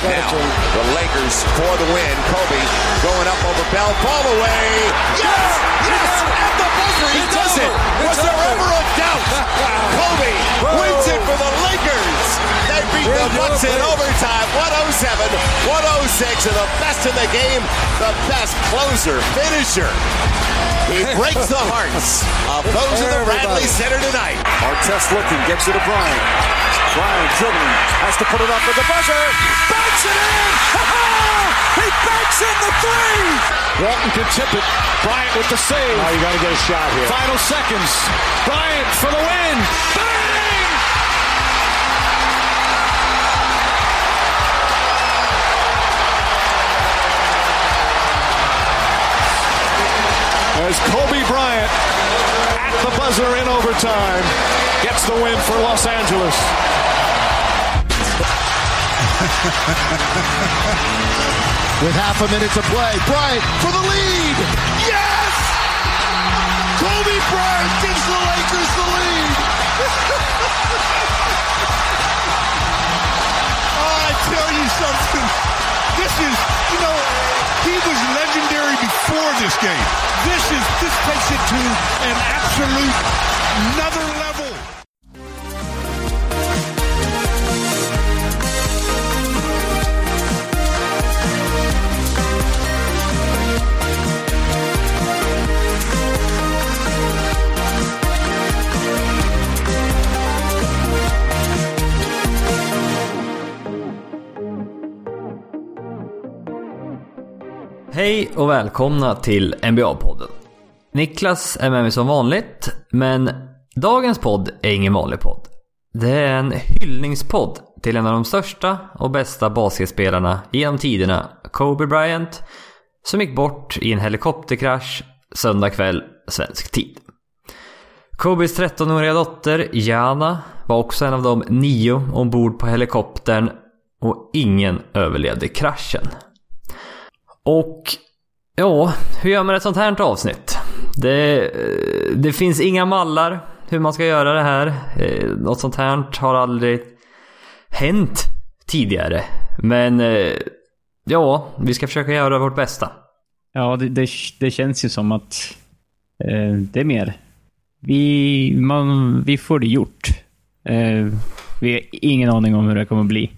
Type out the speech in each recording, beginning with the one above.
now. The Lakers for the win. Kobe going up over Bell. Ball away. Yes! Yes! At the buzzer. He does it. Was there ever a doubt? Kobe wins it for the Lakers. They beat the Bucks in overtime. 107-106. And the best in the game, the best closer, finisher. He breaks the hearts of those in the Bradley Center tonight. Artest looking, gets it to Bryant. Bryant dribbling, has to put it up with the buzzer. Banks it in! He banks in the three! Walton can tip it. Bryant with the save. Oh, you got to get a shot here. Final seconds. Bryant for the win. Bang! As Kobe Bryant at the buzzer in overtime gets the win for Los Angeles. With half a minute to play, Bryant for the lead. Yes! Kobe Bryant gives the Lakers the lead. Oh, I tell you something. This is, he was legendary before this game. This takes it to an absolute another level. Hej och välkomna till NBA-podden. Niklas är med mig som vanligt, men dagens podd är ingen vanlig podd. Det är en hyllningspodd till en av de största och bästa basketspelarna genom tiderna, Kobe Bryant, som gick bort i en helikopterkrasch söndag kväll svensk tid. Kobes 13-åriga dotter Jana var också en av de 9 ombord på helikoptern och ingen överlevde kraschen. Och ja, hur gör man ett sånt här avsnitt? Det finns inga mallar hur man ska göra det här. Något sånt här har aldrig hänt tidigare. Men ja, vi ska försöka göra vårt bästa. Ja, det känns ju som att det är mer. Vi får det gjort. Vi har ingen aning om hur det kommer att bli.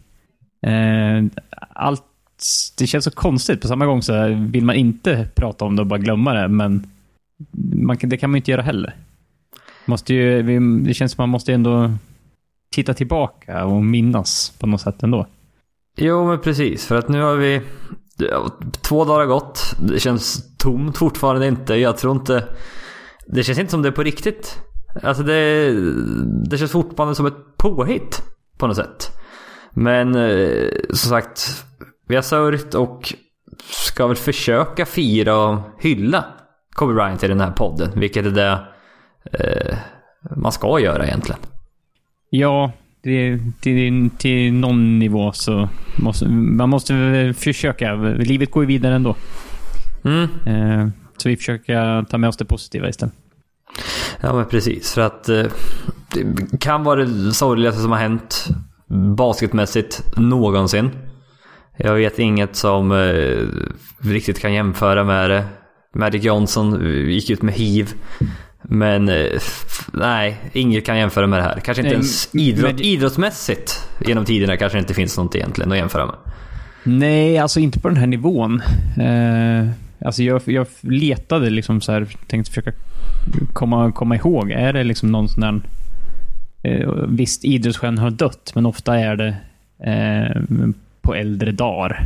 Det känns så konstigt. På samma gång så vill man inte prata om det och bara glömma det. Men det kan man inte göra heller. Det känns som man måste ändå titta tillbaka och minnas på något sätt ändå. Jo, men precis. För att nu har vi 2 dagar gått. Det känns tomt fortfarande inte. Jag tror inte... Det känns inte som det är på riktigt. Alltså det känns fortfarande som ett påhitt på något sätt. Men som sagt... Vi har sörjt och ska väl försöka fira och hylla Kobe Bryant i den här podden. Vilket är det man ska göra egentligen. Ja, till någon nivå så man måste försöka. Livet går ju vidare ändå. Så vi försöker ta med oss det positiva istället. Ja, men precis. För att det kan vara det sorgligaste som har hänt basketmässigt någonsin. Jag vet inget som riktigt kan jämföra med det. Magic Johnson gick ut med HIV. Men nej, inget kan jämföra med det här. Kanske inte ens idrottsmässigt genom tiderna kanske inte finns något egentligen att jämföra med. Nej, alltså inte på den här nivån. Alltså jag letade liksom så här, tänkte försöka komma ihåg. Är det liksom någon sån där visst idrottsstjärna har dött, men ofta är det på äldre dagar.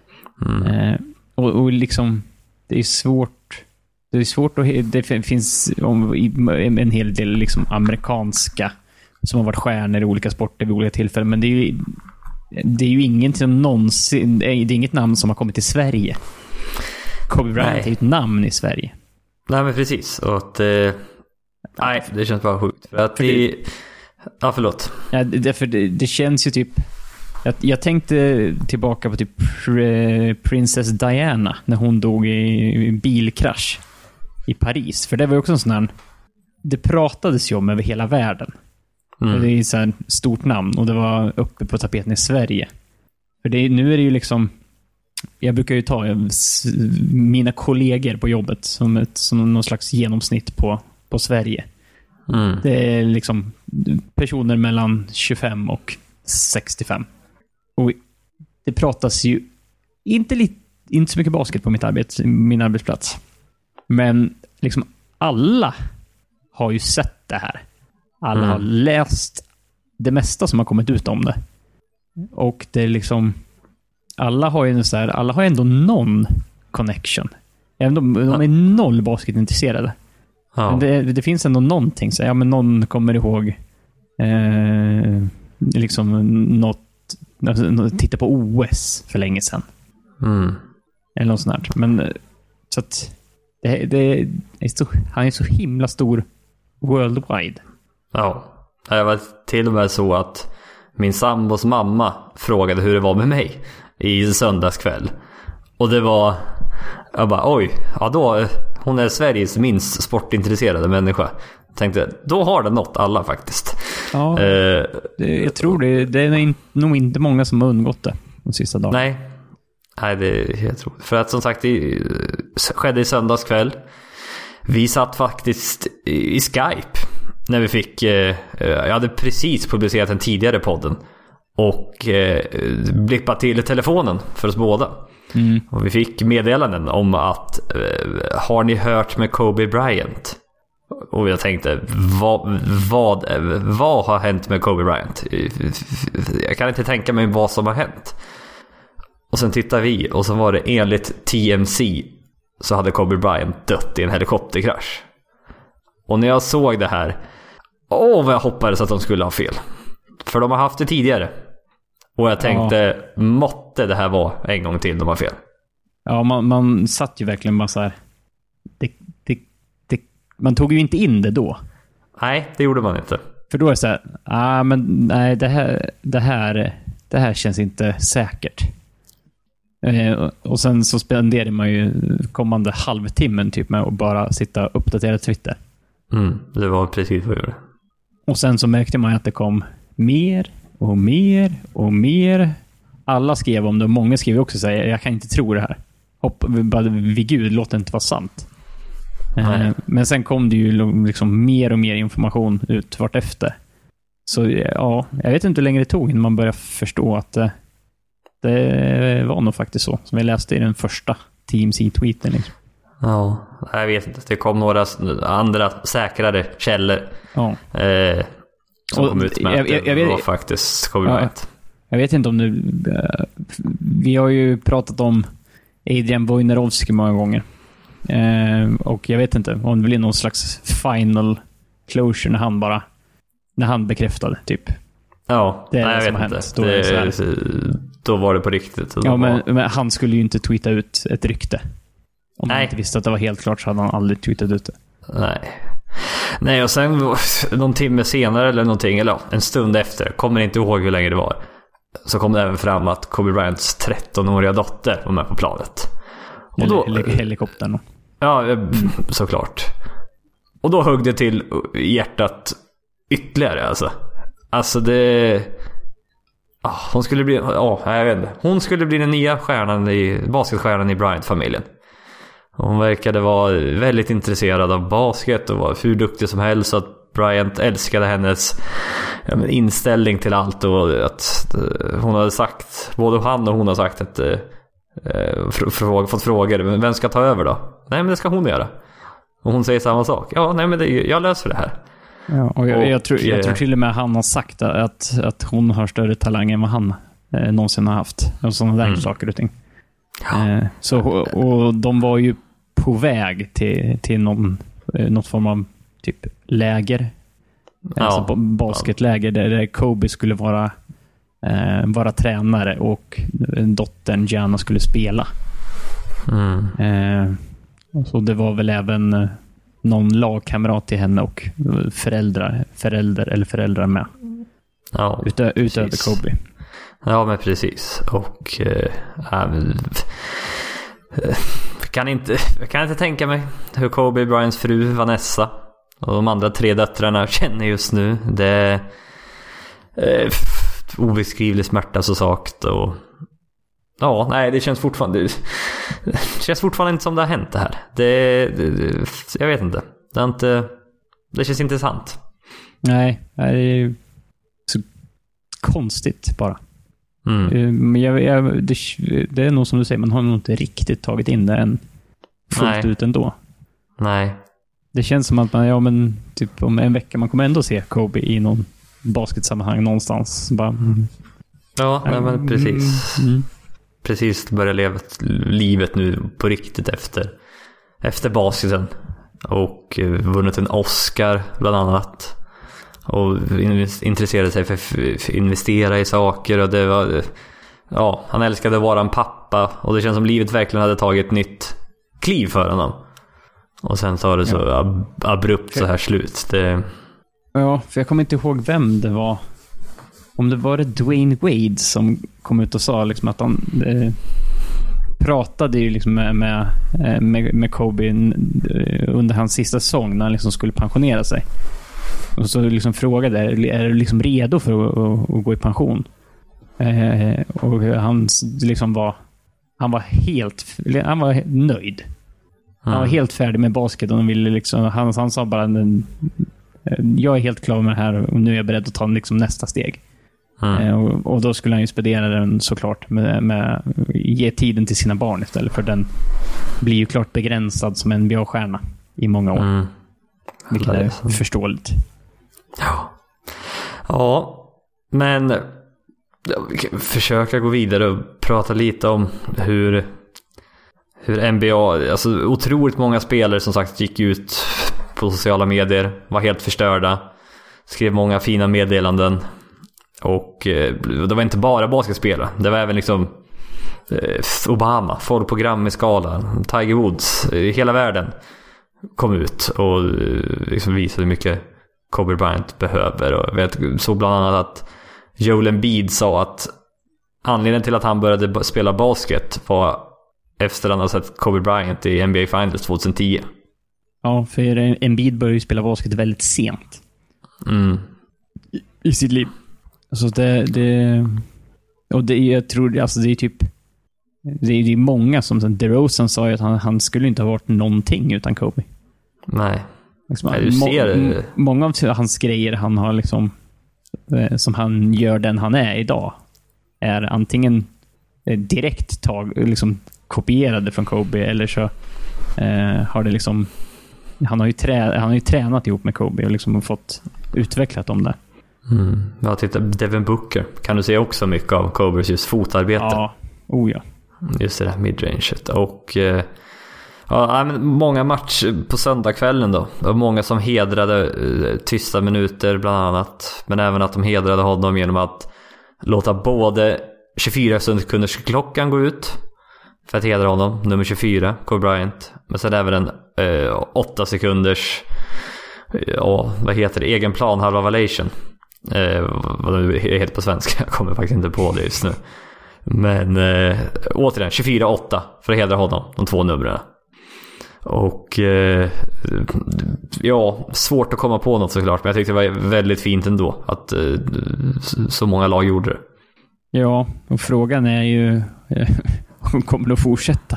Och liksom det är svårt att det finns en hel del liksom amerikanska som har varit stjärnor i olika sporter vid olika tillfällen, men det är ju inget som någonsin, det är inget namn som har kommit till Sverige. Kobe Bryant är ett namn i Sverige. Nej, men precis. Och att, nej, det känns bara sjukt. För att ja, förlåt. Ja, det känns ju typ... Jag tänkte tillbaka på typ Princess Diana när hon dog i bilkrasch i Paris. För det var ju också en sån här... Det pratades ju om över hela världen. Det är så här stort namn och det var uppe på tapeten i Sverige. För nu är det ju liksom, jag brukar ju ta mina kollegor på jobbet som någon slags genomsnitt på Sverige. Det är liksom personer mellan 25 och 65. Och det pratas ju inte så mycket basket på min arbetsplats. Men liksom alla har ju sett det här. Alla har läst det mesta som har kommit ut om det. Och det är liksom, alla har ju ändå någon connection. Även om de är noll basketintresserade. Ja. Men det finns ändå någonting. Så, ja, men någon kommer ihåg liksom något, titta på OS för länge sedan. Eller något sånt där. Men så att han är så himla stor worldwide. Ja, det var till och med så att min sambos mamma frågade hur det var med mig i söndagskväll. Och det var, jag bara, oj, ja då, hon är Sveriges minst sportintresserade människa. Jag tänkte, då har det nått alla faktiskt. Ja, jag tror det är nog inte många som har undgått det de sista dagarna. Nej, det är helt troligt. För att som sagt, det skedde i söndagskväll. Vi satt faktiskt i Skype när vi fick, jag hade precis publicerat den tidigare podden och blippat till telefonen för oss båda. Och vi fick meddelanden om att har ni hört med Kobe Bryant? Och jag tänkte, vad har hänt med Kobe Bryant? Jag kan inte tänka mig vad som har hänt. Och sen tittar vi, och så var det enligt TMC så hade Kobe Bryant dött i en helikopterkrasch. Och när jag såg det här, vad jag hoppades att de skulle ha fel. För de har haft det tidigare. Och jag tänkte, måtte det här vara en gång till de har fel. Ja, man satt ju verkligen bara så här. Man tog ju inte in det då. Nej, det gjorde man inte. För då är det så här, men nej, det här känns inte säkert. Och sen så spenderade man ju kommande halvtimmen typ med att bara sitta och uppdatera Twitter. Det var precis vad jag gjorde. Och sen så märkte man att det kom mer och mer och mer. Alla skrev om det och många skrev också så här, jag kan inte tro det här. Vid Gud, låt det inte vara sant. Men sen kom det ju liksom mer och mer information ut vart efter. Så ja, jag vet inte hur länge det tog innan man började förstå att det var nog faktiskt så. Som vi läste i den första TMC-tweeten liksom. Ja, jag vet inte. Det kom några andra säkrare källor som kom ut med att det var faktiskt Kobe Bryant. Jag vet inte om nu... vi har ju pratat om Adrian Wojnarowski många gånger. Och jag vet inte om det blir någon slags final closure när han bekräftade typ. Ja, det är nej, det som har hänt. Då var det på riktigt. Ja, men han skulle ju inte tweeta ut ett rykte. Om han inte visste att det var helt klart så hade han aldrig tweetat ut det. Nej, och sen någon timme senare eller någonting, eller en stund efter, kommer inte ihåg hur länge det var, så kom det även fram att Kobe Bryants 13-åriga dotter var med på planet. Och då, helikoptern. Ja, såklart. Och då högg det till hjärtat ytterligare, alltså det... hon skulle bli... jag vet inte. Hon skulle bli den nya basketstjärnan i Bryant-familjen. Hon verkade vara väldigt intresserad av basket och var hur duktig som helst, så att Bryant älskade hennes inställning till allt, och att hon hade sagt, både han och hon har sagt att fått frågor, men vem ska ta över då? Nej, men det ska hon göra. Och hon säger samma sak. Ja, nej, men jag löser det här. Ja, och jag tror till och med han har sagt att hon har större talang än vad han någonsin har haft. Och sådana där saker och ting. Ja. Och de var ju på väg till något form av typ läger. Alltså basketläger där Kobe skulle vara tränare och dottern Gianna skulle spela. Så det var väl även någon lagkamrat till henne och föräldrar med. Ja, utöver Kobe. Ja, men precis. Och jag kan inte tänka mig hur Kobe Bryants fru Vanessa och de andra 3 döttrarna känner just nu. Det är obeskrivlig smärta så sagt, och Ja, nej, det känns fortfarande inte som det har hänt det här. Jag vet inte. Det känns intressant. Nej, det är så konstigt bara. Men det är nog som du säger, man har nog inte riktigt tagit in det än fullt ut ändå. Nej. Det känns som att man, typ om en vecka man kommer ändå se Kobe i någon basketsammanhang någonstans. Bara, ja, nej, men precis. Precis börja leva livet nu på riktigt efter basketen. Och vunnit en Oscar bland annat. Och intresserade sig för investera i saker. Och det var, han älskade att vara en pappa. Och det känns som livet verkligen hade tagit ett nytt kliv för honom. Och sen så har det så abrupt så här slut. Ja, för jag kommer inte ihåg vem det var. Om det var Dwayne Wade som kom ut och sa liksom att han pratade ju liksom med Kobe under hans sista säsong när han liksom skulle pensionera sig. Och så liksom frågade, är du liksom redo för att gå i pension? Och han liksom han var nöjd. Han var helt färdig med basket och ville liksom, han sa bara jag är helt klar med det här och nu är jag beredd att ta liksom nästa steg. Och då skulle han ju spendera den såklart med ge tiden till sina barn istället, för den blir ju klart begränsad som en NBA-stjärna i många år. Vilket är förståeligt. Ja, men försöka gå vidare och prata lite om hur NBA, alltså otroligt många spelare som sagt gick ut på sociala medier, var helt förstörda, skrev många fina meddelanden. Och det var inte bara basketspelare, det var även liksom Obama, folk på Grammy-skalan, Tiger Woods, hela världen kom ut och liksom visade hur mycket Kobe Bryant behöver. Och jag såg bland annat att Joel Embiid sa att anledningen till att han började spela basket var efter att han hade sett Kobe Bryant i NBA Finals 2010. Ja, för Embiid började ju spela basket väldigt sent i sitt liv. Alltså jag tror alltså det är typ det är många som DeRozan sa ju att han skulle inte ha varit någonting utan Kobe. Nej. Liksom, många av hans grejer han har liksom som han gör den han är idag är antingen direkt liksom kopierade från Kobe, eller så har det liksom han har ju tränat ihop med Kobe och liksom fått utvecklat dem där. Ja, titta, Devin Booker kan du se också mycket av Kobes just fotarbete. Ja, ja. Just det där midranget. Och men många matcher på söndagskvällen då. Och många som hedrade tysta minuter bland annat. Men även att de hedrade honom genom att låta både 24 sekunders klockan gå ut för att hedra honom, nummer 24, Kobe Bryant. Men sen även en 8 sekunders vad heter det, egen plan, halva valation. Vad det är helt på svenska, jag kommer faktiskt inte på det just nu. Men återigen 24-8 för att hedra honom, de 2 numren. Och svårt att komma på något såklart, men jag tyckte det var väldigt fint ändå att så många lag gjorde det. Ja, och frågan är ju om kommer det att fortsätta?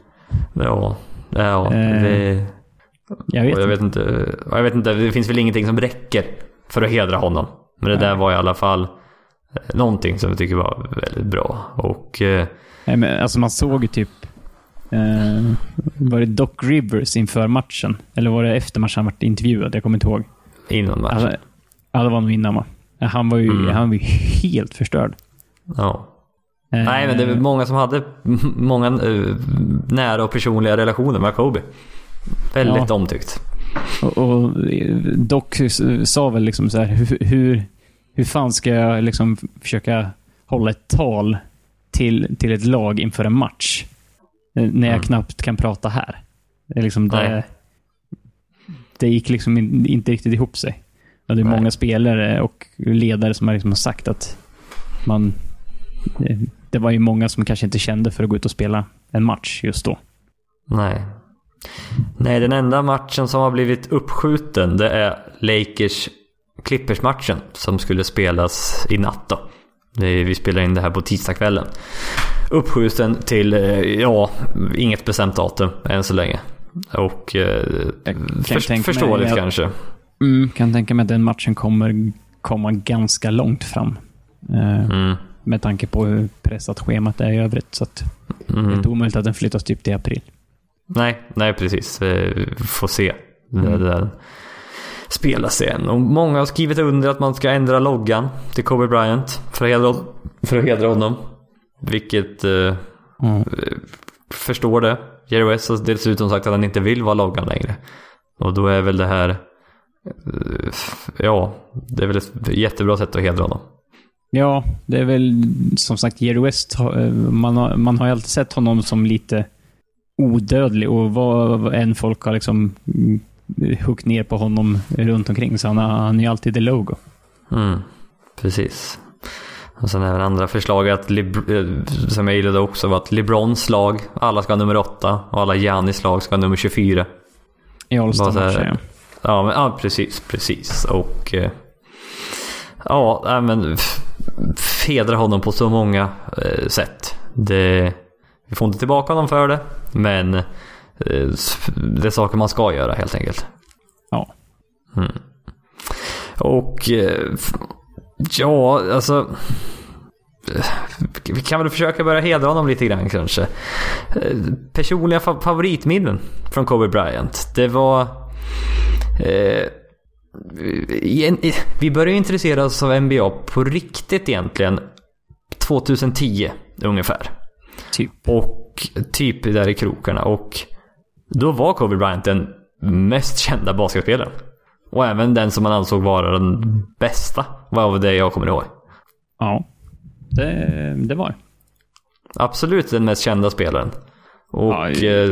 Jag vet inte, det finns väl ingenting som räcker för att hedra honom. Men det där var i alla fall någonting som jag tycker var väldigt bra. Och men alltså man såg ju typ var det Doc Rivers inför matchen, eller var det efter matchen han varit intervjuad? Jag kommer inte ihåg. Innan matchen. Alltså, det var nog innan, va? Han var ju helt förstörd. Ja. Nej, men det var många som hade många nära och personliga relationer med Kobe. Väldigt omtyckt. Och Doc sa väl liksom så här, hur fan ska jag liksom försöka hålla ett tal till ett lag inför en match när jag knappt kan prata här. Det är liksom det gick liksom inte riktigt ihop sig. Och det är många spelare och ledare som har liksom sagt att det var ju många som kanske inte kände för att gå ut och spela en match just då. Nej, den enda matchen som har blivit uppskjuten, det är Lakers-Clippers-matchen som skulle spelas i natt då. Vi spelar in det här på tisdagskvällen. Uppskjuten till, inget bestämt datum än så länge. Och förståeligt kanske. Kan tänka mig att den matchen kommer komma ganska långt fram. Med tanke på hur pressat schemat är i övrigt. Så att det är inte omöjligt att den flyttas typ till april. Nej, precis. Vi får se. Det där spelas sen. Och många har skrivit under att man ska ändra loggan till Kobe Bryant för att hedra honom. Vilket förstår det. Jerry West har dessutom sagt att han inte vill vara loggan längre. Och då är väl det här det är väl ett jättebra sätt att hedra honom. Ja, det är väl som sagt Jerry West, man har ju alltid sett honom som lite odödlig, och vad en folk har liksom huggit ner på honom runt omkring, så han är ju alltid det logo. Precis. Och sen även andra förslag som jag gillade också var att LeBrons lag, alla ska ha nummer 8 och alla Giannis lag ska ha nummer 24. I All-Star. Ja, precis. Och men hedra honom på så många sätt. Vi får inte tillbaka honom för det, men det är saker man ska göra helt enkelt. Ja. Och alltså vi kan väl försöka börja hedra honom lite grann kanske. Personliga favoritminnen från Kobe Bryant. Det var vi började intressera oss av NBA på riktigt egentligen 2010 ungefär. Typ där i krokarna. Och då var Kobe Bryant den mest kända basketspelaren. Och även den som man ansåg vara den bästa, var det jag kommer ihåg. Ja, det var absolut den mest kända spelaren. Och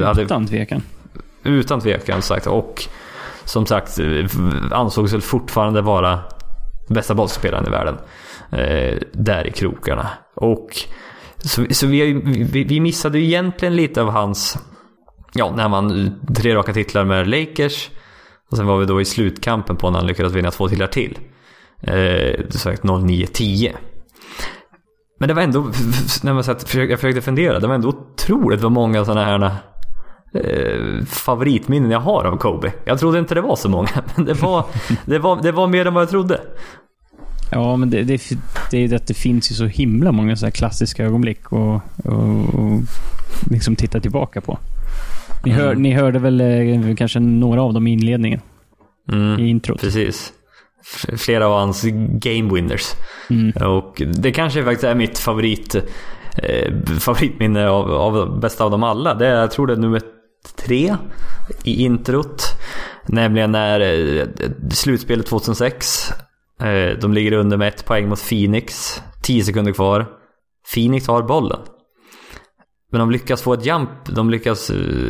utan tvekan sagt. Och som sagt ansågs väl fortfarande vara bästa basketspelaren i världen där i krokarna. Och så vi missade ju egentligen lite av hans, när man 3 raka titlar med Lakers, och sen var vi då i slutkampen på när han lyckades vinna 2 titlar till, sagt 09-10. Men det var ändå, när man jag försökte fundera, det var ändå otroligt vad många sådana här favoritminnen jag har av Kobe. Jag trodde inte det var så många, men det var mer än vad jag trodde. Ja, men det är att det finns ju så himla många så här klassiska ögonblick och liksom titta tillbaka på. Ni hörde väl kanske några av dem i inledningen i introt. Precis. Flera av hans game winners. Och det kanske faktiskt är mitt favoritminne av bästa av dem alla. Det är, jag tror det är nummer 3 i introt, nämligen när slutspelet 2006, de ligger under med 1 poäng mot Phoenix, 10 sekunder kvar. Phoenix har bollen, men de lyckas få ett jump. De lyckas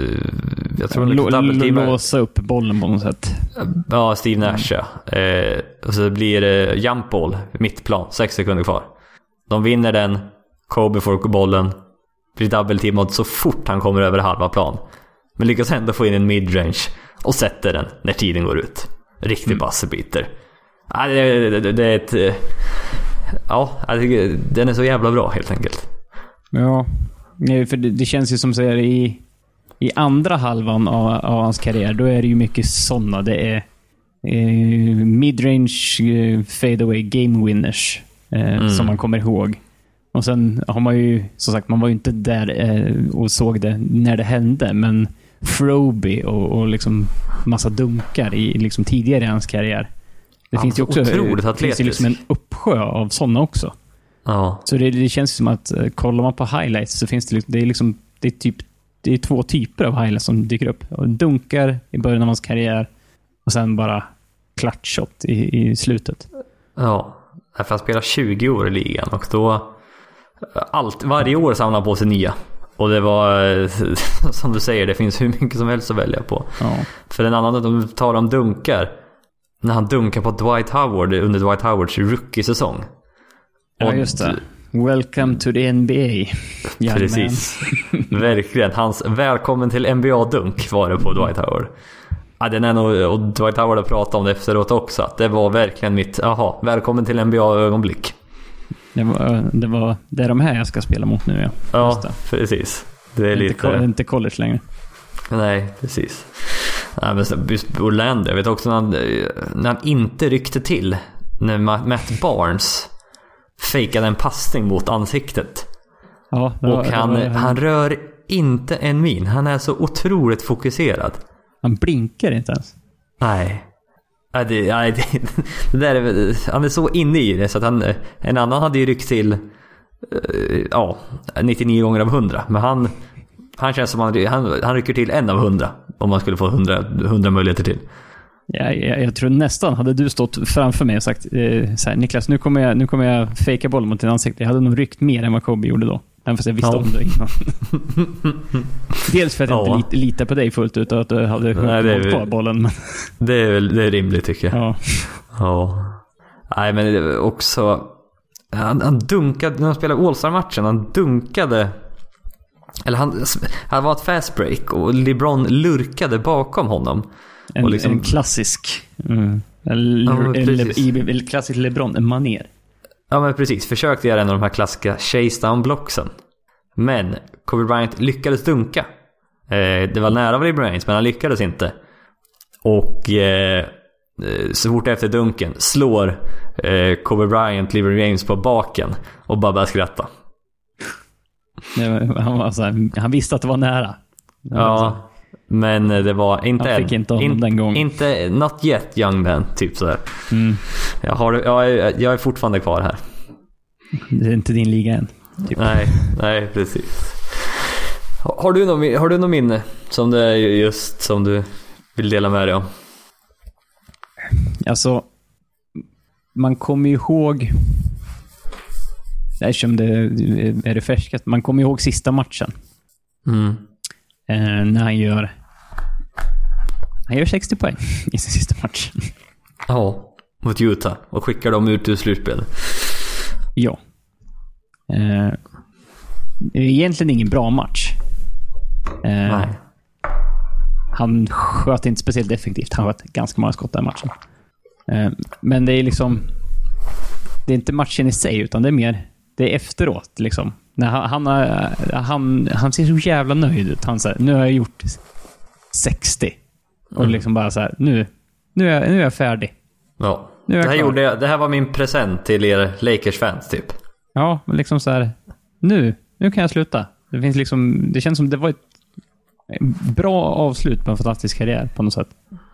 låsa upp bollen på något sätt. Ja, Steve Nash. Och så blir det jump ball mittplan, 6 sekunder kvar. De vinner den. Kobe får bollen, blir double-teamad så fort han kommer över halva plan, men lyckas ändå få in en midrange och sätter den när tiden går ut. Riktigt buzzer-beater. Det är ett den är så jävla bra helt enkelt. Ja, för det känns ju som så här i andra halvan av hans karriär, då är det ju mycket sådana. Det är midrange fadeaway game winners som man kommer ihåg. Och sen har man ju, som sagt, man var ju inte där och såg det när det hände, men Froby och liksom massa dunkar i liksom tidigare i hans karriär. Det finns ju också finns liksom en uppsjö av sådana också. Ja. Så det känns som att kollar man på highlights så finns det är 2 typer av highlights som dyker upp. Dunkar i början av hans karriär och sen bara clutch shot i slutet. Ja, för han spelar 20 år i ligan, och då varje år samlar på sig nya. Och det var, som du säger, det finns hur mycket som helst att välja på. Ja. För en annan, de tar om dunkar, när han dunkar på Dwight Howard under Dwight Howards rookie-säsong. Ja, just det. Welcome to the NBA. Precis. Verkligen. Hans välkommen till NBA-dunk var det på Dwight Howard. Ja, den är nog, och Dwight Howard har pratat om det efteråt också, att det var verkligen mitt välkommen till NBA-ögonblick. Det är de här jag ska spela mot nu. Ja, precis. Det är lite... inte college längre. Nej, precis. Nej, men Orlando, jag vet också när han inte ryckte till. När Matt Barnes fejkade en passning mot ansiktet. Ja, och han rör inte en min. Han är så otroligt fokuserad. Han blinkar inte ens. Nej. Det där är, han är så inne i det så att en annan hade ju ryckt till 99 gånger av 100. Men han känns som han rycker till 1 av 100 om man skulle få 100 möjligheter till. Ja, jag tror nästan hade du stått framför mig och sagt så här, Niklas, nu kommer jag fejka bollen mot din ansikte. Jag hade nog ryckt mer än vad Kobe gjorde då. Även fast jag visste om det innan. Dels för att jag inte litar på dig fullt ut och att du hade hållit på bollen. Men... Det är rimligt tycker jag. Ja. Nej, men det var också... Han dunkade, när han spelade All-Star-matchen, han dunkade... Eller han var ett fast break och LeBron lurkade bakom honom. En klassisk... klassisk LeBron-manér. Ja, men precis. Försökte göra en av de här klassiska chase down blocksen. Men Kobe Bryant lyckades dunka. Det var nära av LeBron, men han lyckades inte. Och så fort efter dunken slår Kobe Bryant LeBron James på baken och bara började skratta. Han visste att det var nära. Ja, men det var inte han fick inte honom den gången. Inte not yet young man, typ sådär. Jag är fortfarande kvar här. Det är inte din liga än. Typ. Nej, precis. Har du någon minne som det är just som du vill dela med dig om? Alltså, man kommer ju ihåg, eftersom det är det färskast, man kommer ihåg sista matchen. När han gör 60 poäng i sin sista match. Ja, mot Utah och skickar dem ut ur slutspel. Ja. Egentligen ingen bra match. Nej. Han sköt inte speciellt effektivt. Han sköt ganska många skott i matchen. Men det är liksom, det är inte matchen i sig, utan det är mer det är efteråt liksom. När han ser så jävla nöjd ut. Han säger, nu har jag gjort 60. Och liksom bara så här, nu är jag färdig. Ja. Det här var min present till er Lakers-fans typ. Ja, men liksom så här, nu kan jag sluta. Det finns liksom, det känns som det var ett bra avslut på en fantastisk karriär på något sätt.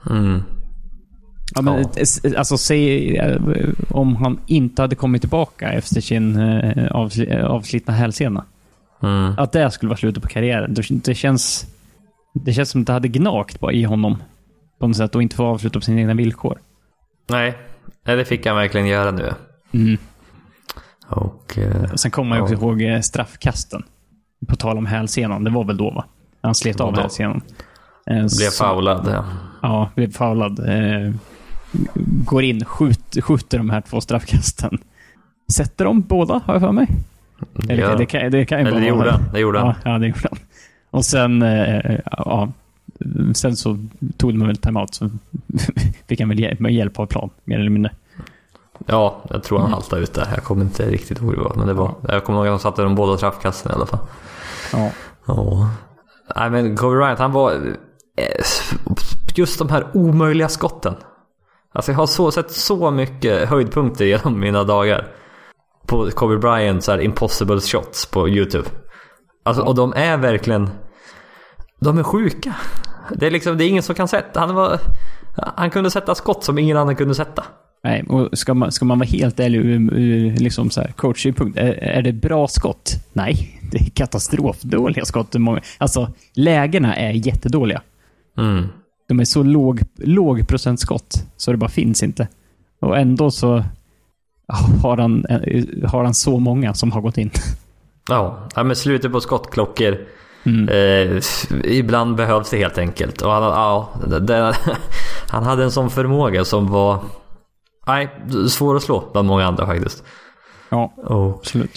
Ja, men alltså säg om han inte hade kommit tillbaka efter sin avslitna hälsena. Att det skulle vara slutet på karriären. Det känns som det hade gnagt på i honom på något sätt och inte få avsluta på sina egna villkor. Nej, det fick han verkligen göra nu. Och sen kommer man ju också ihåg straffkasten. På tal om hälsenan, det var väl då va? Han slet av hälsenan. Blev foulad. Ja, blev foulad. Går in, skjuter de här 2 straffkasten. Sätter de båda, har jag för mig? Eller, det kan ju bara det gjorde han. Ja, det gjorde han. Och sen sen så tog de väl timeout, så fick han väl hjälp av plan, mer eller mindre. Ja, jag tror han haltade ut där. Jag kommer inte riktigt ihåg vad, men det var. Jag kommer ihåg att de satte de båda straffkasten i alla fall. Ja. Nej, men Kobe Bryant, han var just de här omöjliga skotten. Alltså jag har sett så mycket höjdpunkter genom mina dagar på Kobe Bryant, så här impossible shots på YouTube. Alltså, och de är verkligen, de är sjuka. Det är liksom, det är ingen som kan sätta. Han kunde sätta skott som ingen annan kunde sätta. Nej, och ska man vara helt ärlig, liksom så här coachsynpunkt, är det bra skott? Nej, det är katastrofdåliga skott. Alltså lägena är jättedåliga. De är så låg procentskott så det bara finns inte. Och ändå så har han så många som har gått in. Ja, men slutet på skottklockor. Ibland behövs det helt enkelt. Och han hade en sån förmåga som var svår att slå bland många andra faktiskt. Ja, absolut.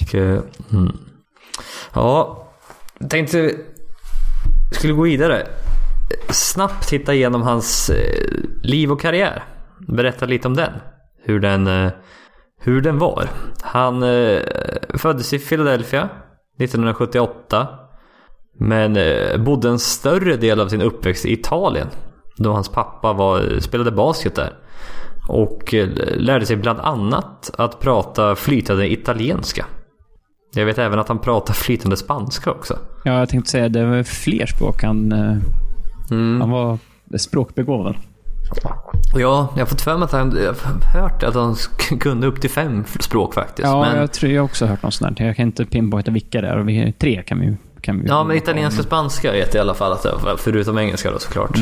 Ja, tänkte skulle gå vidare. Snabbt titta igenom hans liv och karriär. Berätta lite om den. Hur hur den var. Han föddes i Philadelphia 1978, men bodde en större del av sin uppväxt i Italien, då hans pappa spelade basket där. Och lärde sig bland annat att prata flytande italienska. Jag vet även att han pratar flytande spanska också. Ja, jag tänkte säga det var fler språk. Han var språkbegåvad. Ja, jag har fått för mig att jag har hört att han kunde upp till 5 språk faktiskt. Ja, men jag tror jag också har hört något sånt där. Jag kan inte pinpointa vilka det är. Och 3 kan vi ja, men italienska och spanska vet jag i alla fall att det, förutom engelska då såklart.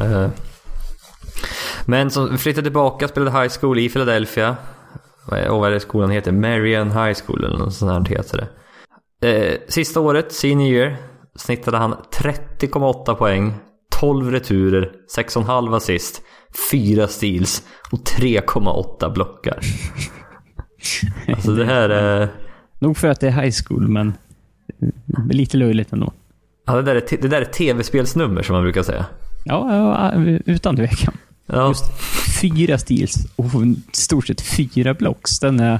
Men som flyttade tillbaka, spelade high school i Philadelphia. Och vad är det skolan heter? Marian High School eller något sånt här heter det. Sista året, senior year, snittade han 30,8 poäng, 12 returer, 6,5 assist, 4 steals och 3,8 blockar. Alltså det här är... Nog för att det är high school, men lite löjligt ändå. Ja, det där är tv-spelsnummer som man brukar säga. Ja, utan tvekan. Ja. Just 4 steals och stort sett 4 blocks. Den är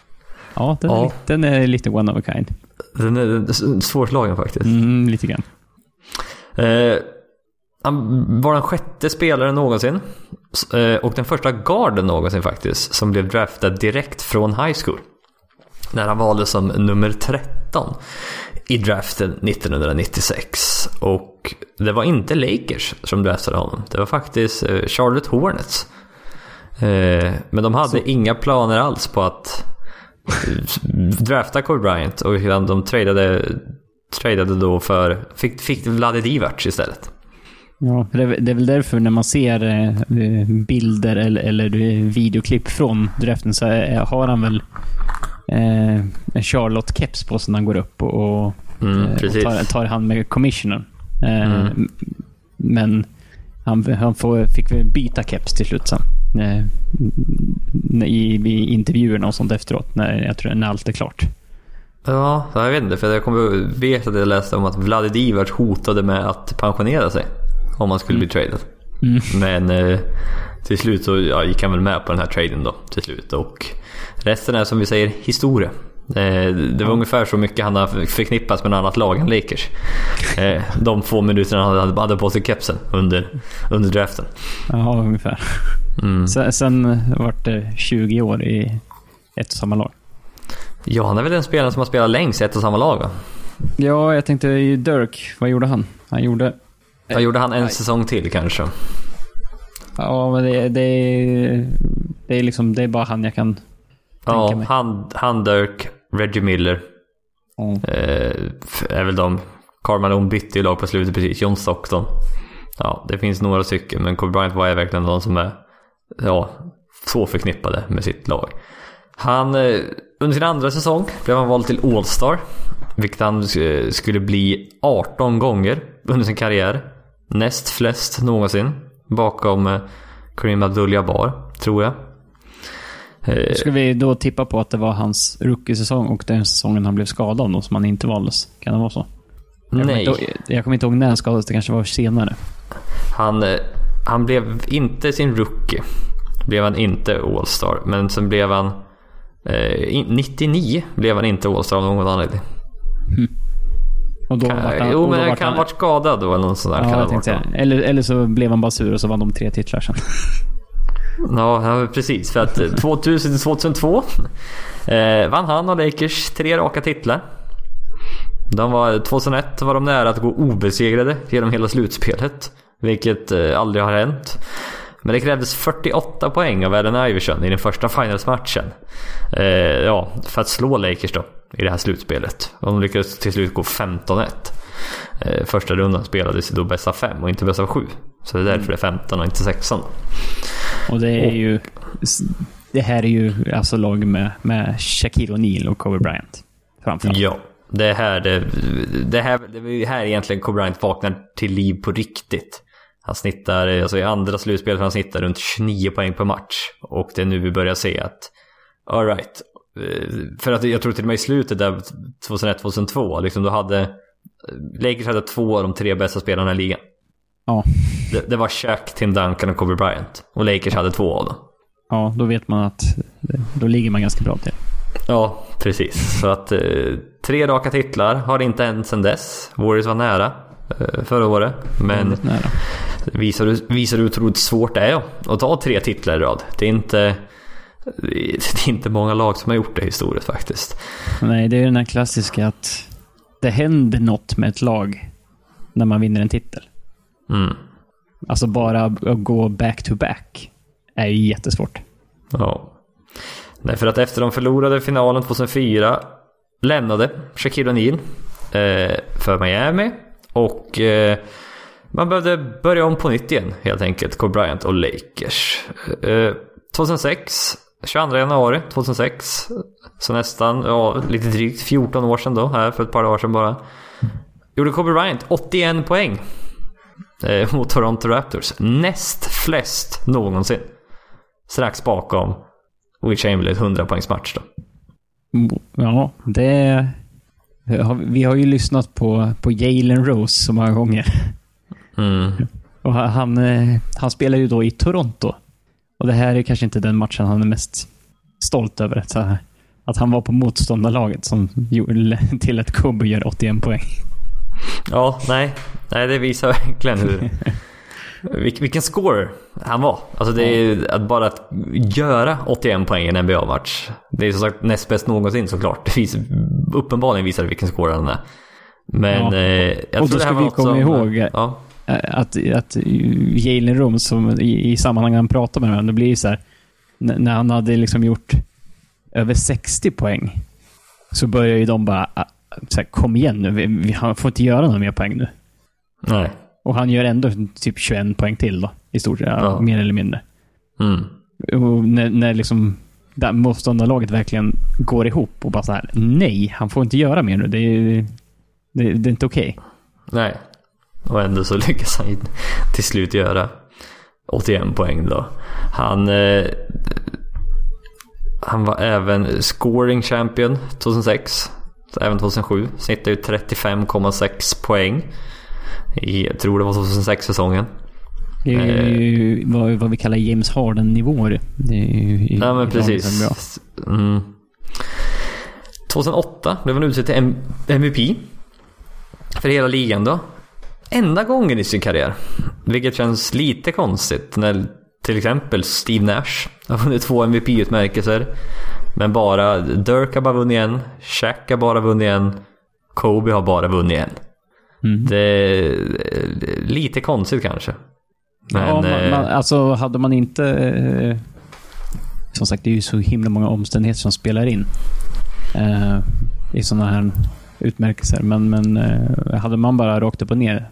lite one of a kind. Den är svårslagen faktiskt. Lite grann. Han var den 6:e spelaren någonsin och den första guarden någonsin faktiskt som blev draftad direkt från high school. När han valdes som nummer 13 i draften 1996. Och det var inte Lakers som draftade honom. Det var faktiskt Charlotte Hornets. Men de hade inga planer alls på att drafta Kobe Bryant. Och de tradade då för fick Vlade Divac istället. Ja, det är väl därför när man ser bilder eller videoklipp från draften så har han väl en Charlotte keps på sig när han går upp och tar hand med commissioner. Men han fick väl byta keps till slut sen. I intervjuerna och sånt efteråt när allt är klart. Ja, jag vet inte, för jag vet att jag läste om att Vlade Divac hotade med att pensionera sig om man skulle bli traded. Men till slut så gick han väl med på den här traden då till slut, och resten är som vi säger historia. Det var ungefär så mycket han har förknippats med en annat lag än Lakers. De 2 minuterna han hade på sig kepsen under draften. Ja, ungefär. Sen vart det 20 år i ett och samma lag. Ja, han är väl den spelaren som har spelat längst i ett och samma lag, va? Ja, jag tänkte Dirk, vad gjorde han? Han gjorde en säsong till kanske. Ja, men det är liksom, det är bara han jag kan tänka mig. Han Dirk, Reggie Miller är väl de. Karl Malone bytte i lag på slutet precis, John Stockton. Ja, det finns några stycken, men Kobe Bryant var verkligen någon som är så förknippade med sitt lag. Han under sin andra säsong blev han vald till All-Star, vilket han skulle bli 18 gånger under sin karriär. Näst flest någonsin, bakom Kareem Abdul-Jabbar, tror jag. Ska vi då tippa på att det var hans rookie-säsong och den säsongen han blev skadad då, som han inte valdes? Kan det vara så? Jag kommer inte ihåg när han skadades, det kanske var senare. Han blev inte sin rookie, blev han inte All-Star, men sen blev han 99 blev han inte All-Star av någon anledning. Och då men han kan ha varit skadad då, eller något sånt där. Ja, eller så blev han bara sur och så vann de 3 titlar sen. Ja, precis. För att 2000-2002 vann han och Lakers 3 raka titlar. 2001 var de nära att gå obesegrade genom hela slutspelet, vilket aldrig har hänt. Men det krävdes 48 poäng av Allen Iverson i den första finalsmatchen för att slå Lakers då i det här slutspelet. Och de lyckades till slut gå 15-1. Första rundan spelades då bäst av 5 och inte bäst av 7. Så det är därför det är 15 och inte 16. Och det här är ju alltså lag med Shaquille O'Neal och Kobe Bryant framförallt. Ja, det här egentligen Kobe Bryant vaknar till liv på riktigt. Han snittar, alltså i andra slutspel han snittar runt 29 poäng per match. Och det är nu vi börjar se att all right. För att jag tror till och med i slutet där 2001-2002 liksom, då hade Lakers hade 2 av de 3 bästa spelarna i ligan. Ja. Det var Shaq, Tim Duncan och Kobe Bryant. Och Lakers hade 2 av dem. Ja, då vet man att då ligger man ganska bra till. Ja, precis. Så att 3 raka titlar har inte ens sedan dess. Warriors var nära förra året. Men visar hur otroligt svårt det är att ta 3 titlar i rad. Det är inte många lag som har gjort det historiskt faktiskt. Nej, det är den här klassiska att det händer något med ett lag när man vinner en titel. Alltså bara att gå back to back är ju jättesvårt. Ja. Nej, för att efter de förlorade finalen 2004 lämnade Shaquille O'Neal för Miami och man behövde börja om på nytt igen helt enkelt. Kobe Bryant och Lakers. 2006, 22 januari 2006, så nästan lite drygt 14 år sedan då, här för ett par år sedan bara, gjorde Kobe Bryant 81 poäng mot Toronto Raptors. Näst flest någonsin. Strax bakom Will Chamberlain 100-poängsmatch då. Ja, vi har ju lyssnat på Jalen Rose så många gånger. Och han spelar ju då i Toronto. Och det här är kanske inte den matchen han är mest stolt över. Att han var på motståndarlaget som gjorde till att Kobe gör 81 poäng. Ja, nej, det visar verkligen vilken scorer han var. Alltså det är att bara att göra 81 poäng i en NBA-match. Det är som sagt näst bäst någonsin såklart. Uppenbarligen visar det vilken scorer han är. Men jag och då ska vi komma ihåg att Jalen Rose som i sammanhang han pratar med honom, det blir ju så här, när han hade liksom gjort över 60 poäng så börjar ju de bara så här, kom igen nu, vi får inte göra några mer poäng nu. Nej. Och han gör ändå typ 21 poäng till då, i stort sett, mer eller mindre. Och när liksom där motståndarlaget verkligen går ihop och bara så här, nej, han får inte göra mer nu, det är inte okej. Nej. Och ändå så lyckas han till slut göra 81 poäng då. Han var även scoring champion 2006, även 2007. Snittade ju 35,6 poäng jag tror det var 2006-säsongen. Det är ju vad vi kallar James Harden-nivåer. Nej, men precis. 2008 blev han utsedd till MVP för hela ligan då. Enda gången i sin karriär. Vilket känns lite konstigt när till exempel Steve Nash har vunnit 2 MVP-utmärkelser. Men bara Dirk har bara vunnit en, Shaq har bara vunnit en, Kobe har bara vunnit en. Det är lite konstigt kanske. Men, alltså hade man inte som sagt, det är ju så himla många omständigheter som spelar in i sådana här utmärkelser. Men hade man bara rakt upp och ner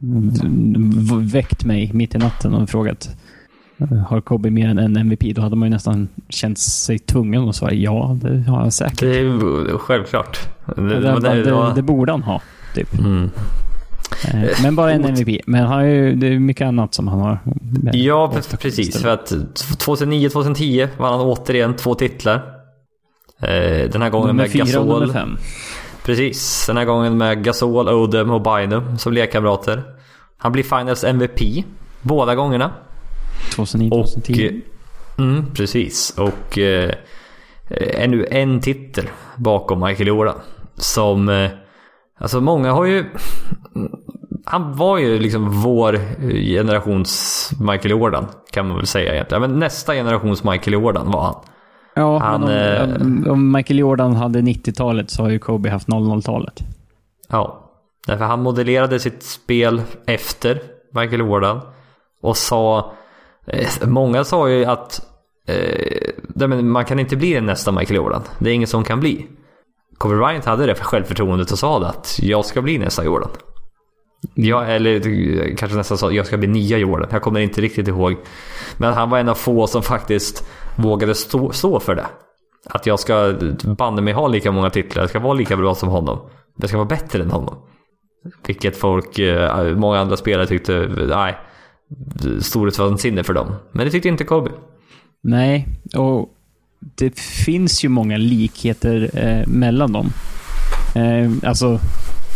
väckt mig mitt i natten och frågat har Kobe mer än en MVP, då hade man ju nästan känt sig tvungen att svara ja, det har han säkert. Det är självklart. Det borde han ha typ. Men bara en MVP. Men han har ju, det är mycket annat som han har. Ja, precis. För att 2009-2010 var han återigen 2 titlar. Den här gången med Gasol. Precis, den här gången med Gasol, Odom och Bynum som lekkamrater. Han blir Finals MVP båda gångerna. 2009-2010. Precis. Och ännu en titel bakom Michael Jordan. Som alltså många har ju, han var ju liksom vår generations Michael Jordan, kan man väl säga egentligen. Men nästa generations Michael Jordan var han. Ja, om Michael Jordan hade 90-talet så har ju Kobe haft 00-talet. Ja, därför han modellerade sitt spel efter Michael Jordan. Och sa, många sa ju att man kan inte bli den nästa Michael Jordan. Det är ingen som kan bli. Kobe Bryant hade det för självförtroendet och sa att jag ska bli nästa Jordan. Eller kanske nästan sa jag ska bli nya Jordan. Jag kommer inte riktigt ihåg. Men han var en av få som faktiskt vågade stå för det. Att jag ska banne mig ha lika många titlar. Jag ska vara lika bra som honom. Jag ska vara bättre än honom. Vilket många andra spelare tyckte, nej, storhetsvansinne för dem. Men det tyckte inte Kobe. Nej, och det finns ju många likheter mellan dem. Alltså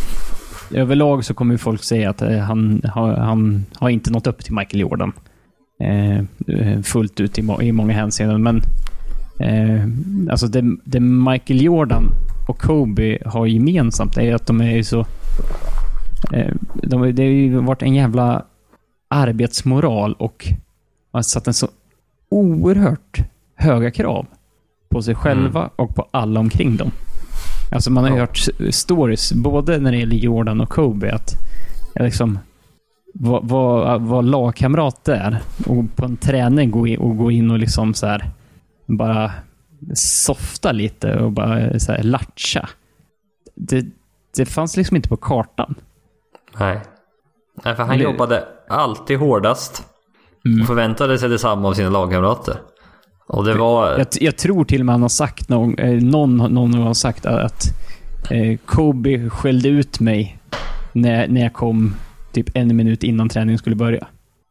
överlag så kommer folk säga att han har inte nått upp till Michael Jordan. fullt ut i många hänseenden. Men alltså det Michael Jordan och Kobe har gemensamt är att de är ju så det har ju varit en jävla arbetsmoral och man har satt en så oerhört höga krav på sig själva och på alla omkring dem. Alltså man har ju hört stories både när det gäller Jordan och Kobe att liksom vad lagkamrat är och på en träning gå in och liksom så här bara softa lite och bara så här latcha. Det fanns liksom inte på kartan. Nej, för han jobbade alltid hårdast och förväntade sig detsamma av sina lagkamrater. Och det var... Jag tror till och med han har sagt någon har sagt att Kobe skällde ut mig när jag kom typ 1 minut innan träningen skulle börja.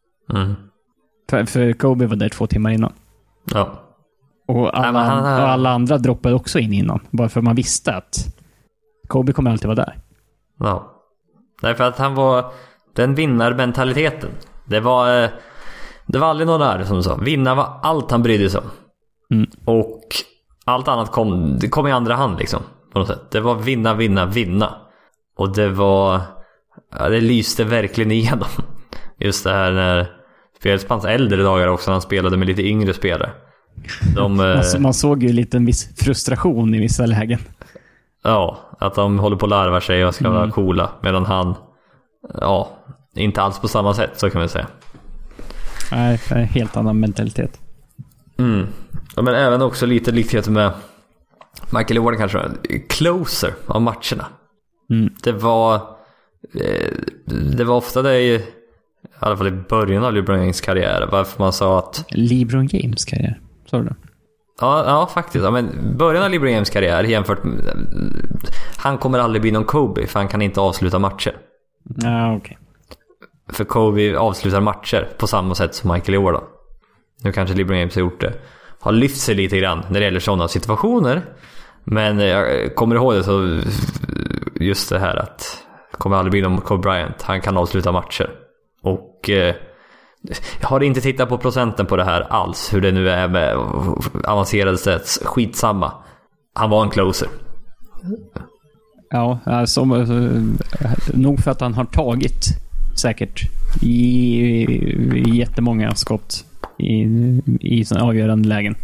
För Kobe var där 2 timmar innan. Ja. Och alla andra droppade också in innan. Bara för man visste att Kobe kommer alltid vara där. Ja. Därför att han var den vinnarmentaliteten. Det var aldrig någon där som du sa. Vinna var allt han brydde sig om. Och allt annat kom i andra hand liksom. På något sätt. Det var vinna. Och det var... Ja, det lyste verkligen igenom. Just det här när spelet på hans äldre dagar också när han spelade med lite yngre spelare. Man såg ju lite en viss frustration i vissa lägen. Ja, att de håller på att larva sig och ska vara coola. Medan han, inte alls på samma sätt, så kan man säga. Nej, helt annan mentalitet. Ja, men även också lite likhet med Michael Jordan kanske. Closer av matcherna. Det var ofta det i alla fall i början av LeBron James karriär. Varför man sa att... LeBron James karriär, sa du det? Ja, faktiskt. Ja, men början av LeBron James karriär jämfört med... Han kommer aldrig bli någon Kobe, för han kan inte avsluta matcher. Ja, okej. För Kobe avslutar matcher på samma sätt som Michael Jordan. Nu kanske LeBron James har gjort det. Har lyft sig lite grann när det gäller sådana situationer. Men jag kommer ihåg det så... Just det här att... kommer aldrig bli någon Kobe Bryant. Han kan avsluta matcher. Och jag har inte tittat på procenten på det här alls. Hur det nu är med avancerade sets. Skitsamma. Han var en closer. Ja, alltså, nog för att han har tagit säkert i jättemånga skott i sådana avgörande lägen.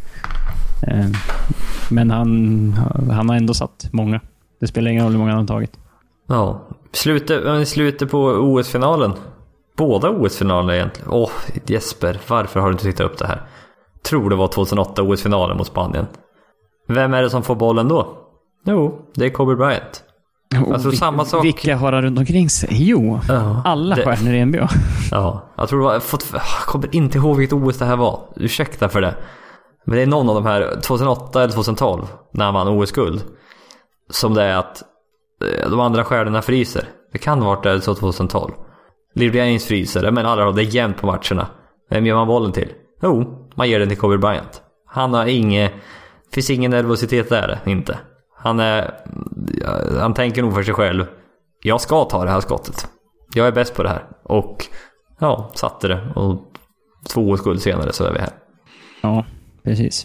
Men han har ändå satt många. Det spelar ingen roll hur många han har tagit. Ja, slutet på OS-finalen. Båda OS-finalerna egentligen. Jesper, varför har du inte tittat upp det här? Tror det var 2008 OS-finalen mot Spanien. Vem är det som får bollen då? Jo, det är Kobe Bryant. Alltså samma sak. Vilka har han runt omkring sig? Jo, alla stjärnor i NBA. Ja, jag tror det var... Jag kommer inte ihåg vilket OS det här var. Ursäkta för det. Men det är någon av de här 2008 eller 2012 när han vann OS-guld. Som det är att de andra stjärnorna fryser. Det kan vara det 2012. LeBron James fryser. Men alla det är jämnt på matcherna. Vem ger man bollen till? Jo, man ger den till Kobe Bryant. Han har finns ingen nervositet där, inte. Han tänker nog för sig själv. Jag ska ta det här skottet. Jag är bäst på det här. Och satte det. Och 2 års guld senare så är vi här. Ja, precis.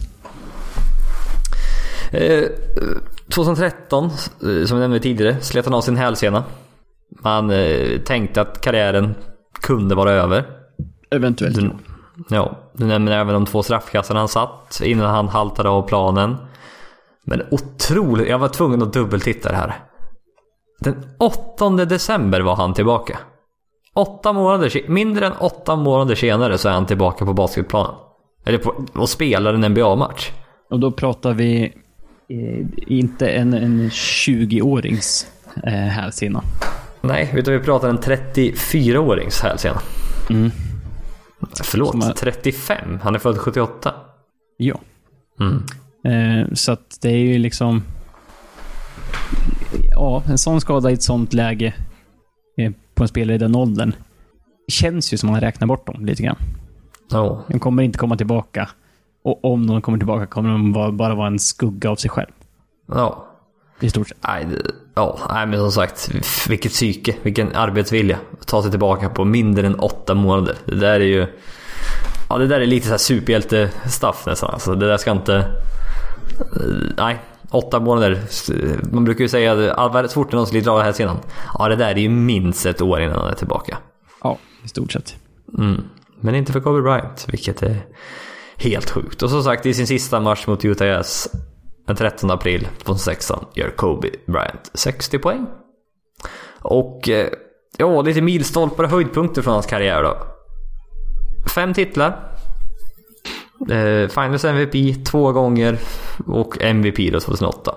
2013, som vi nämnde tidigare, slet han av sin hälsena. Man tänkte att karriären kunde vara över. Eventuellt. Du nämner även de 2 straffkastarna han satt innan han haltade av planen. Men otroligt, jag var tvungen att dubbeltitta det här. Den 8 december var han tillbaka. 8 månader, mindre än 8 månader senare så är han tillbaka på basketplanen. Och spelar en NBA-match. Och då pratar vi inte en 20-årings hälsena. Nej, utan vi pratar en 34-årings hälsena. Förlåt, 35. Han är född 78. Ja. Så att det är ju liksom en sån skada i ett sånt läge på en spelare i den åldern känns ju som man räknar bort dem lite grann. De kommer inte komma tillbaka. Och om de kommer tillbaka kommer de bara vara en skugga av sig själv. Ja. I stort sett. Nej, men som sagt, vilket psyke, vilken arbetsvilja. Ta sig tillbaka på mindre än 8 månader. Det där är ju... Ja, det där är lite så här superhjälte-stuff nästan. Alltså, det där ska inte... Nej, 8 månader. Man brukar ju säga att Alvarez fort när någon sliter av det här sedan. Ja, det där är ju minst ett år innan han är tillbaka. Ja, i stort sett. Men inte för Kobe Bryant, vilket är helt sjukt. Och som sagt, i sin sista match mot Utah Jazz den 13 april 2016 gör Kobe Bryant 60 poäng. Och ja, lite milstolpar och höjdpunkter från hans karriär då. 5 titlar. Finals MVP 2 gånger och MVP då 2008.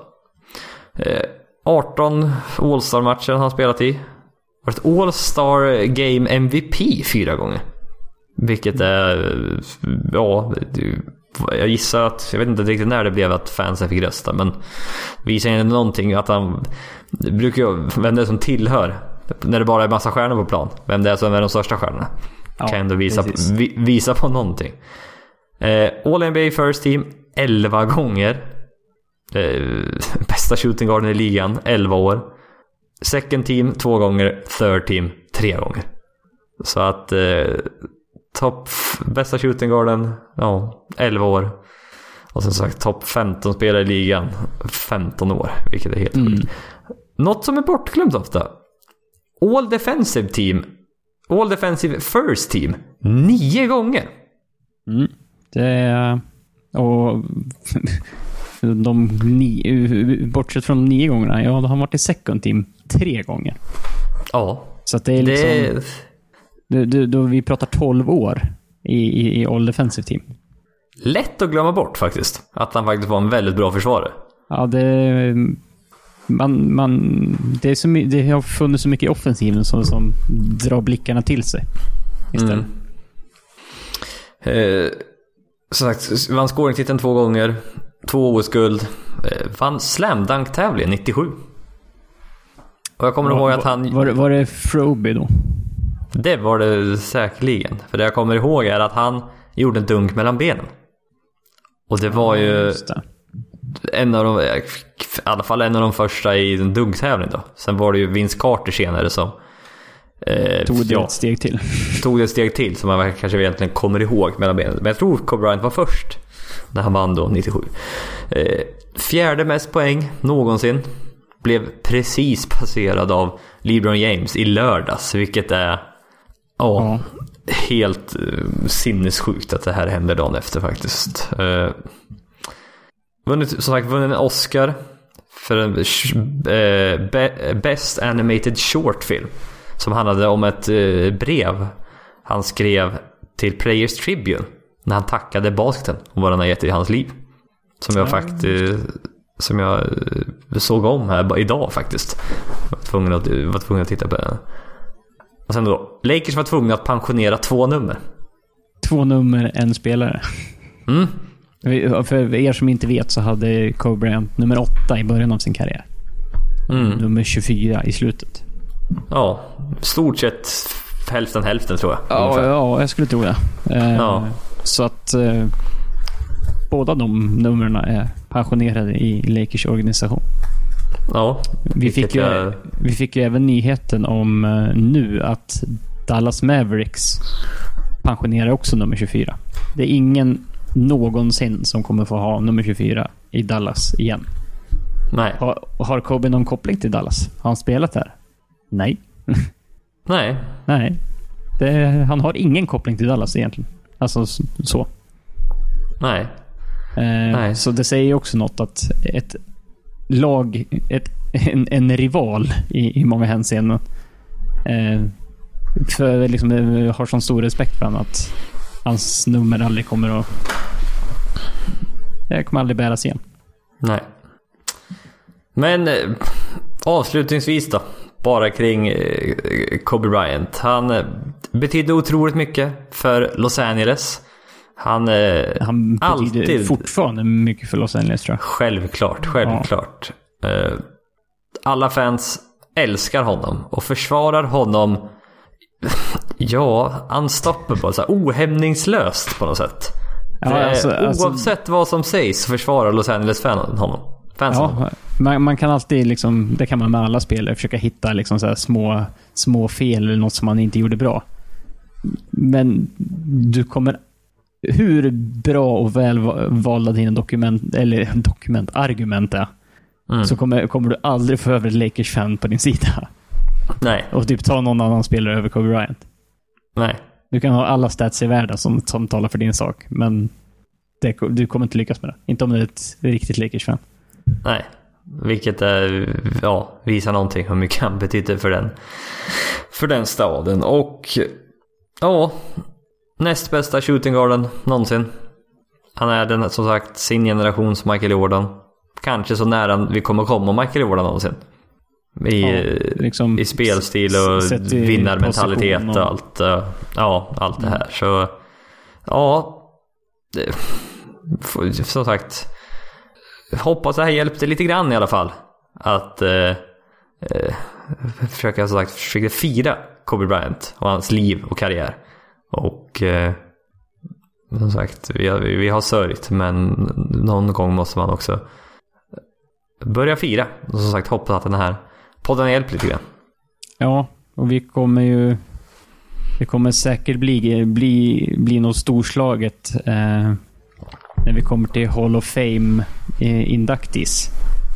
18 All-Star-matcher han spelat i. Varit All-Star Game MVP 4 gånger. Vilket är, ja, jag gissar att, jag vet inte riktigt när det blev att fansen fick rösta, men visar ändå någonting att han brukar ju, vem det är som tillhör när det bara är massa stjärnor på plan, vem det är som är de största stjärnorna, kan ändå visa på någonting. All-NBA First Team 11 gånger. Bästa shooting guarden i ligan 11 år. Second Team 2 gånger. Third Team 3 gånger. Så att bästa shooting guarden 11 år. Och sen sagt topp 15 spelare i ligan 15 år, vilket är helt sjukt. Något som är bortglömt ofta. All Defensive Team, All Defensive First Team 9 gånger. Det är, och bortsett från 9 gångerna, ja, då har han varit i second team 3 gånger. Ja. Så att det är liksom då vi pratar 12 år i All Defensive Team. Lätt att glömma bort faktiskt, att han faktiskt var en väldigt bra försvarare. Ja, det har funnits så mycket i offensiven som drar blickarna till sig istället. Som sagt, vann scoring-titeln 2 gånger, 2 OS-guld, vann slam dunk-tävlingen 97. Och jag kommer ihåg att han... Var det Froby då? Det var det säkerligen. För det jag kommer ihåg är att han gjorde en dunk mellan benen. Och det var ju en av de, i alla fall en av de första i en dunktävling då. Sen var det ju Vince Carter senare som tog det ett steg till. Tog det ett steg till som man kanske egentligen kommer ihåg mellan benen. Men jag tror Kobe Bryant var först när han vann då 97. Fjärde mest poäng någonsin. Blev precis passerad av LeBron James i lördags, vilket är helt sinnessjukt att det här händer dagen efter faktiskt. Vunnit en Oscar för en Best Animated Short Film som handlade om ett brev han skrev till Players Tribune när han tackade basketen och vad han har gett i hans liv, som jag faktiskt såg om här idag faktiskt. Var tvungen att titta på det. Och sen då, Lakers var tvungna att pensionera 2 nummer. 2 nummer, en spelare. För er som inte vet så hade Kobe Bryant nummer 8 i början av sin karriär. Nummer 24 i slutet. Ja, stort sett hälften tror jag. Ja, jag skulle tro det. Så att båda de numren är pensionerade i Lakers organisation. Ja, vi fick ju även nyheten om nu att Dallas Mavericks pensionerar också nummer 24. Det är ingen någonsin som kommer få ha nummer 24 i Dallas igen. Nej. Har Kobe någon koppling till Dallas? Har han spelat där? Nej. Nej. Han har ingen koppling till Dallas egentligen. Alltså så. Nej. Så det säger också något att ett lag, en rival i många hänseenden, för liksom har sån stor respekt för honom att hans nummer aldrig kommer aldrig bäras igen. Nej. Men avslutningsvis då, bara kring Kobe Bryant. Han betydde otroligt mycket för Los Angeles. Han betyder alltid fortfarande mycket för Los Angeles, tror jag. Självklart. Alla fans älskar honom och försvarar honom unstoppable, så här, ohämningslöst på något sätt. Oavsett vad som sägs så försvarar Los Angeles honom. Man kan alltid liksom, det kan man med alla spelare, försöka hitta liksom så här små fel eller något som man inte gjorde bra. Men du kommer hur bra och välvalda dina argument är, så kommer du aldrig få över ett Lakers-fan på din sida. Nej. Och typ ta någon annan spelare över Kobe Bryant. Nej. Du kan ha alla stats i världen som talar för din sak, men du kommer inte lyckas med det. Inte om du är ett riktigt Lakers-fan. Nej. Vilket är, visar någonting hur mycket han betyder för den staden. Och näst bästa shooting guarden någonsin. Han är den, som sagt, sin generations Michael Jordan. Kanske så nära vi kommer komma Michael Jordan någonsin. I spelstil och vinnarmentalitet och allt. Allt det här. Så som sagt, hoppas det här hjälpte lite grann i alla fall. Att försöka fira Kobe Bryant och hans liv och karriär. Och som sagt, vi har sörjt, men någon gång måste man också börja fira. Och som sagt, hoppas att den här podden hjälper lite grann. Ja, och vi kommer säkert bli något storslaget när vi kommer till Hall of Fame inductees.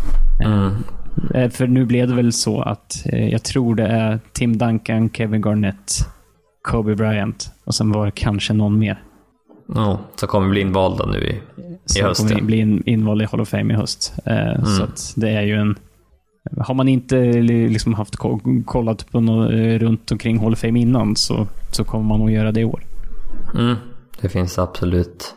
För nu blev det väl så att jag tror det är Tim Duncan, Kevin Garnett, Kobe Bryant och sen var det kanske någon mer. Så kommer vi bli invalda nu i höst. Så kommer bli invalda i Hall of Fame i höst. Så att det är ju har man inte liksom haft kollat på runt omkring Hall of Fame innan, så kommer man att göra det i år. Det finns absolut.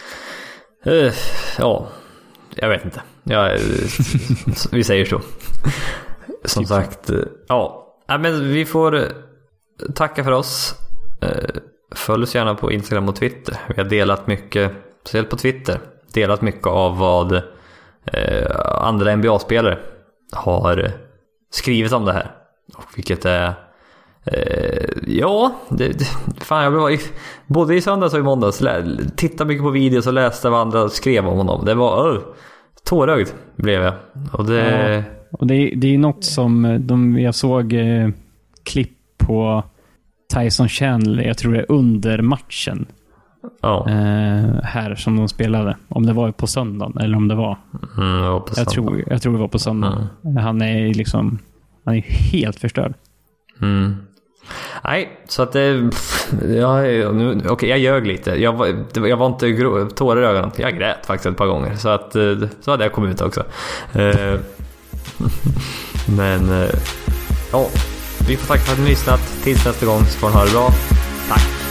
Jag vet inte. Vi säger så. Som sagt, men vi får tacka för oss. Följ oss gärna på Instagram och Twitter. Vi har delat mycket, speciellt på Twitter, delat mycket av vad andra NBA-spelare har skrivit om det här. Och vilket är fan, jag blev både i söndags och i måndags tittade mycket på videos och läste vad andra skrev om honom. Det var tårögd blev jag. Och det är något som jag såg klipp på Tyson Chandler, jag tror det är under matchen här som de spelade, om det var på söndagen eller om det var jag tror det var på söndagen. Han är helt förstörd. Nej, så att jag ljög lite. Jag var inte tårar i ögonen. Jag grät faktiskt ett par gånger. Så att så hade jag kommit ut också. Men vi får tacka för att ni lyssnat. Tills nästa gång så får ni ha det bra. Tack.